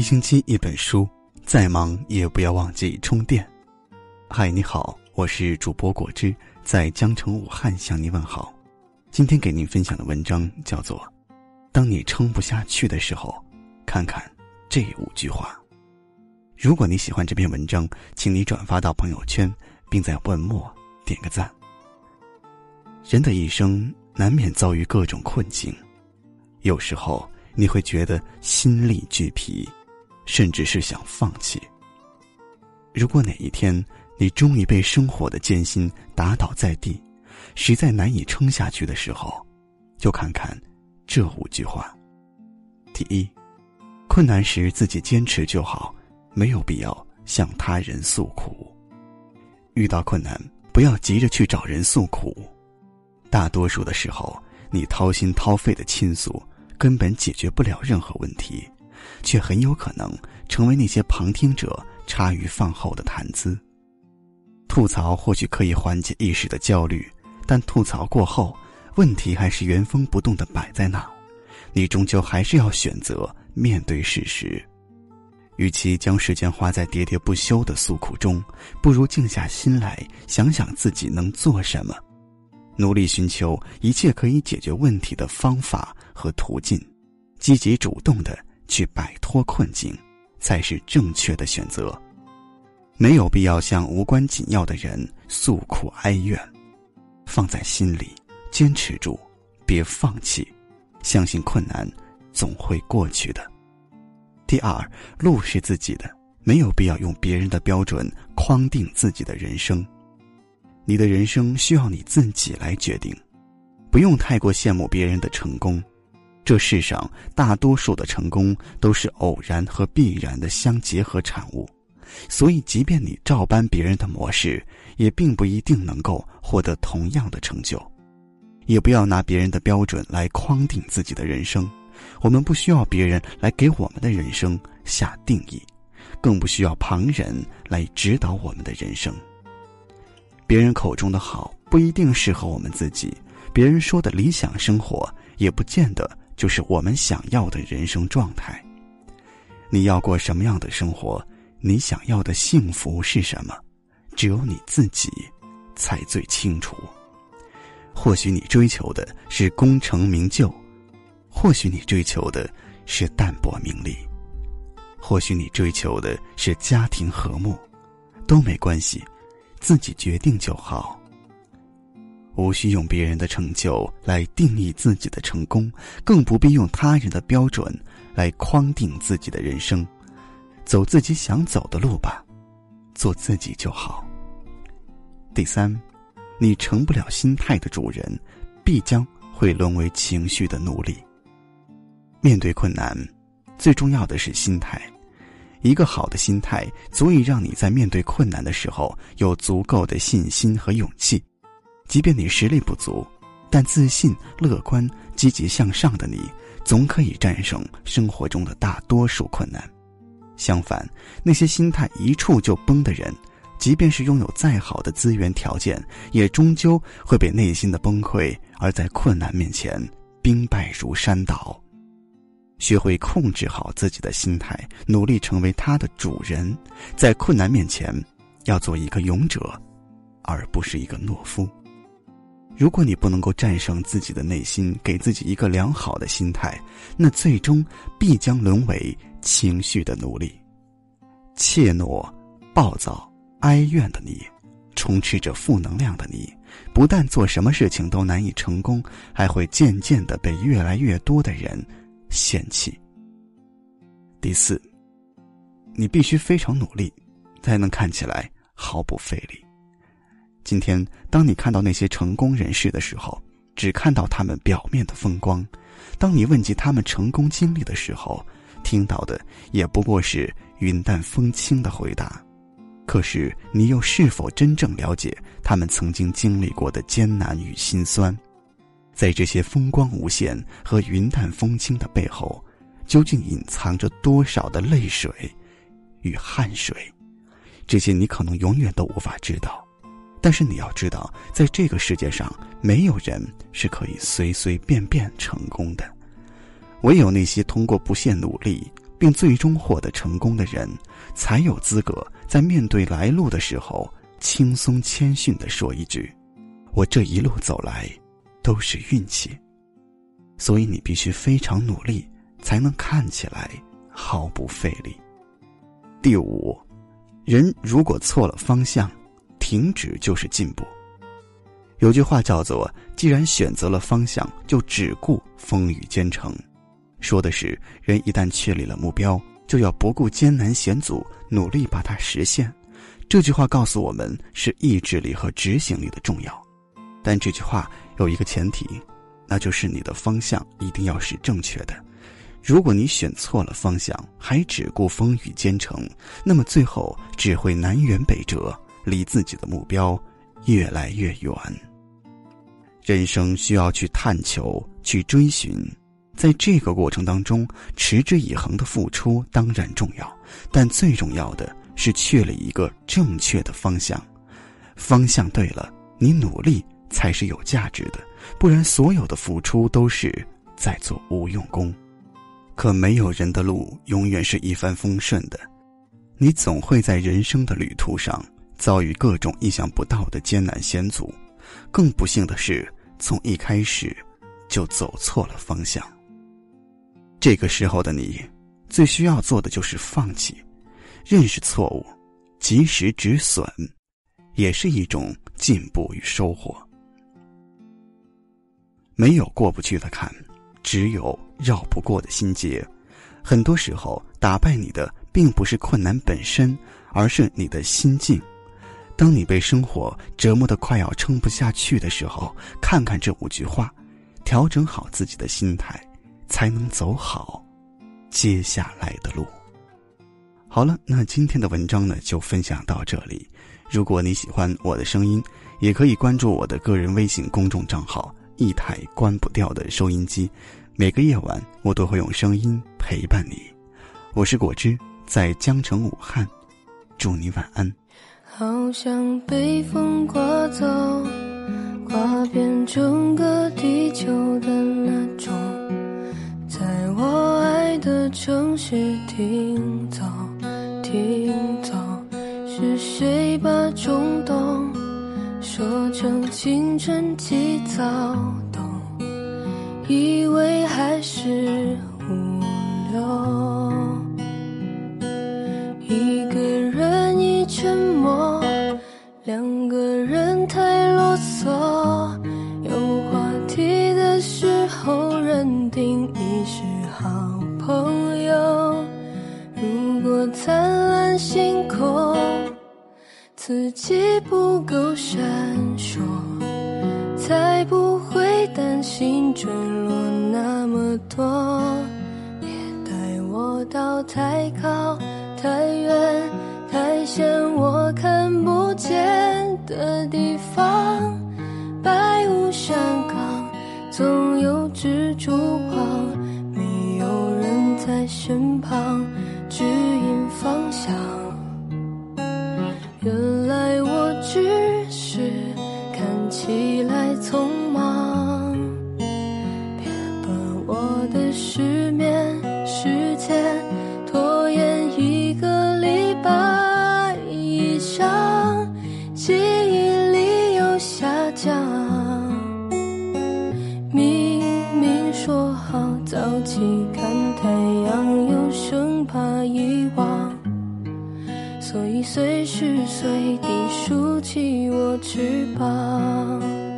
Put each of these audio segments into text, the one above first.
星期一本书，再忙也不要忘记充电。嗨，你好，我是主播果汁，在江城武汉向您问好。今天给您分享的文章叫做《当你撑不下去的时候，看看这5句话》。如果你喜欢这篇文章，请你转发到朋友圈，并在文末点个赞。人的一生难免遭遇各种困境，有时候你会觉得心力俱疲，甚至是想放弃。如果哪一天你终于被生活的艰辛打倒在地，实在难以撑下去的时候，就看看这5句话。第一，困难时自己坚持就好，没有必要向他人诉苦。遇到困难，不要急着去找人诉苦。大多数的时候，你掏心掏肺的倾诉根本解决不了任何问题，却很有可能成为那些旁听者茶余饭后的谈资。吐槽或许可以缓解一时的焦虑，但吐槽过后，问题还是原封不动地摆在那，你终究还是要选择面对事实。与其将时间花在喋喋不休的诉苦中，不如静下心来想想自己能做什么，努力寻求一切可以解决问题的方法和途径，积极主动地去摆脱困境，才是正确的选择。没有必要向无关紧要的人诉苦哀怨，放在心里，坚持住，别放弃，相信困难总会过去的。第二，路是自己的，没有必要用别人的标准框定自己的人生。你的人生需要你自己来决定，不用太过羡慕别人的成功。这世上大多数的成功都是偶然和必然的相结合产物，所以即便你照搬别人的模式，也并不一定能够获得同样的成就。也不要拿别人的标准来框定自己的人生，我们不需要别人来给我们的人生下定义，更不需要旁人来指导我们的人生。别人口中的好不一定适合我们自己，别人说的理想生活也不见得就是我们想要的人生状态。你要过什么样的生活，你想要的幸福是什么，只有你自己才最清楚。或许你追求的是功成名就，或许你追求的是淡泊名利，或许你追求的是家庭和睦，都没关系，自己决定就好。无需用别人的成就来定义自己的成功，更不必用他人的标准来框定自己的人生。走自己想走的路吧，做自己就好。第三，你成不了心态的主人，必将会沦为情绪的奴隶。面对困难，最重要的是心态。一个好的心态足以让你在面对困难的时候有足够的信心和勇气。即便你实力不足，但自信、乐观、积极向上的你，总可以战胜生活中的大多数困难。相反，那些心态一触就崩的人，即便是拥有再好的资源条件，也终究会被内心的崩溃而在困难面前兵败如山倒。学会控制好自己的心态，努力成为他的主人，在困难面前要做一个勇者，而不是一个懦夫。如果你不能够战胜自己的内心，给自己一个良好的心态，那最终必将沦为情绪的奴隶。怯懦、暴躁、哀怨的你，充斥着负能量的你，不但做什么事情都难以成功，还会渐渐地被越来越多的人嫌弃。第四，你必须非常努力，才能看起来毫不费力。今天当你看到那些成功人士的时候，只看到他们表面的风光，当你问及他们成功经历的时候，听到的也不过是云淡风轻的回答。可是你又是否真正了解他们曾经经历过的艰难与辛酸？在这些风光无限和云淡风轻的背后，究竟隐藏着多少的泪水与汗水？这些你可能永远都无法知道。但是你要知道，在这个世界上，没有人是可以随随便便成功的。唯有那些通过不懈努力， 并最终获得成功的人，才有资格在面对来路的时候轻松谦逊地说一句：我这一路走来都是运气。所以你必须非常努力，才能看起来毫不费力。第五，人如果错了方向，停止就是进步。有句话叫做既然选择了方向，就只顾风雨兼程，说的是人一旦确立了目标，就要不顾艰难险阻，努力把它实现。这句话告诉我们是意志力和执行力的重要。但这句话有一个前提，那就是你的方向一定要是正确的。如果你选错了方向，还只顾风雨兼程，那么最后只会南辕北辙，离自己的目标越来越远。人生需要去探求，去追寻，在这个过程当中，持之以恒的付出当然重要，但最重要的是确立一个正确的方向。方向对了，你努力才是有价值的，不然所有的付出都是在做无用功。可没有人的路永远是一帆风顺的，你总会在人生的旅途上遭遇各种意想不到的艰难险阻，更不幸的是从一开始就走错了方向。这个时候的你最需要做的就是放弃，认识错误，及时止损，也是一种进步与收获。没有过不去的坎，只有绕不过的心结。很多时候打败你的并不是困难本身，而是你的心境。当你被生活折磨得快要撑不下去的时候，看看这5句话，调整好自己的心态，才能走好接下来的路。好了，那今天的文章呢就分享到这里。如果你喜欢我的声音，也可以关注我的个人微信公众账号一台关不掉的收音机，每个夜晚我都会用声音陪伴你。我是果汁，在江城武汉，祝你晚安。 好像被风刮走，刮遍整个地球的那种，在我爱的城市停走，是谁把冲动说成青春期躁动，以为还是无聊。一个人一沉默，两个人太啰嗦，有话题的时候认定你是好朋友。如果灿烂星空自己不够闪烁，才不会担心坠落那么多。别带我到太高太远太险我看不见的地方，白雾山岗总有蜘蛛网，没有人在身旁指引方向。原来我只是看起来匆忙，别把我的失眠时间拖延1个礼拜以上，记忆力又下降。明明说好早起看太阳，又生怕遗忘，所以随时随地竖起我翅膀。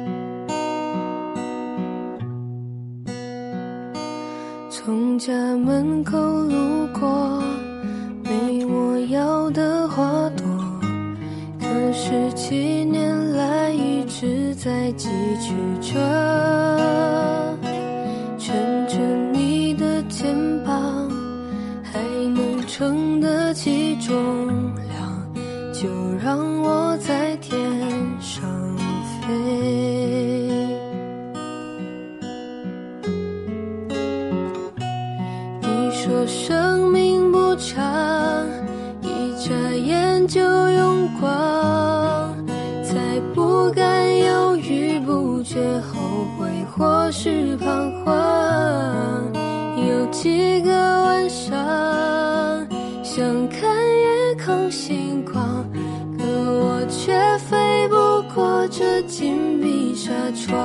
从家门口路过，没我要的花朵，可是7年来一直在汲取着，撑着你的肩膀，还能撑得起重量，就让我在天上飞。你说生命不长，一眨眼就用光，才不敢犹豫不决，后悔或是彷徨。有几个晚上过这紧闭纱窗，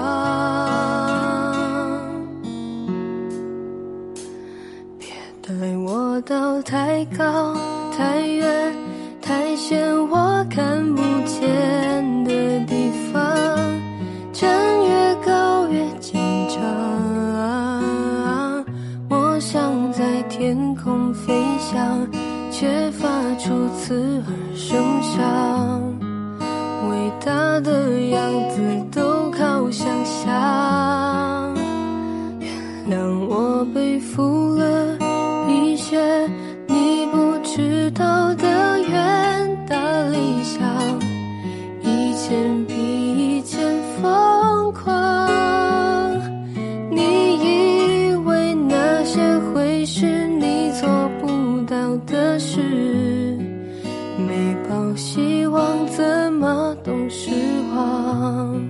别带我到太高太远太险我看不见的地方，站越高越紧张，我想在天空飞翔，却发出刺耳声响，伟大的样子都靠想象，原谅我背负了一些你不知道的远大理想，一件比一件疯狂，你以为那些会是你做不到的事，没抱希望怎么懂失望，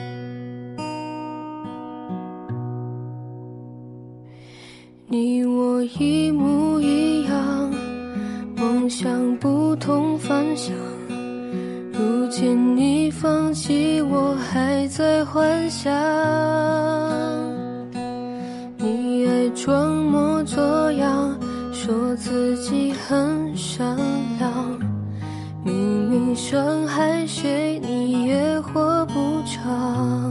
你我一模一样，梦想不同凡响，如今你放弃我还在幻想，你爱装模作样说自己很善良，明明伤害谁你也活不长，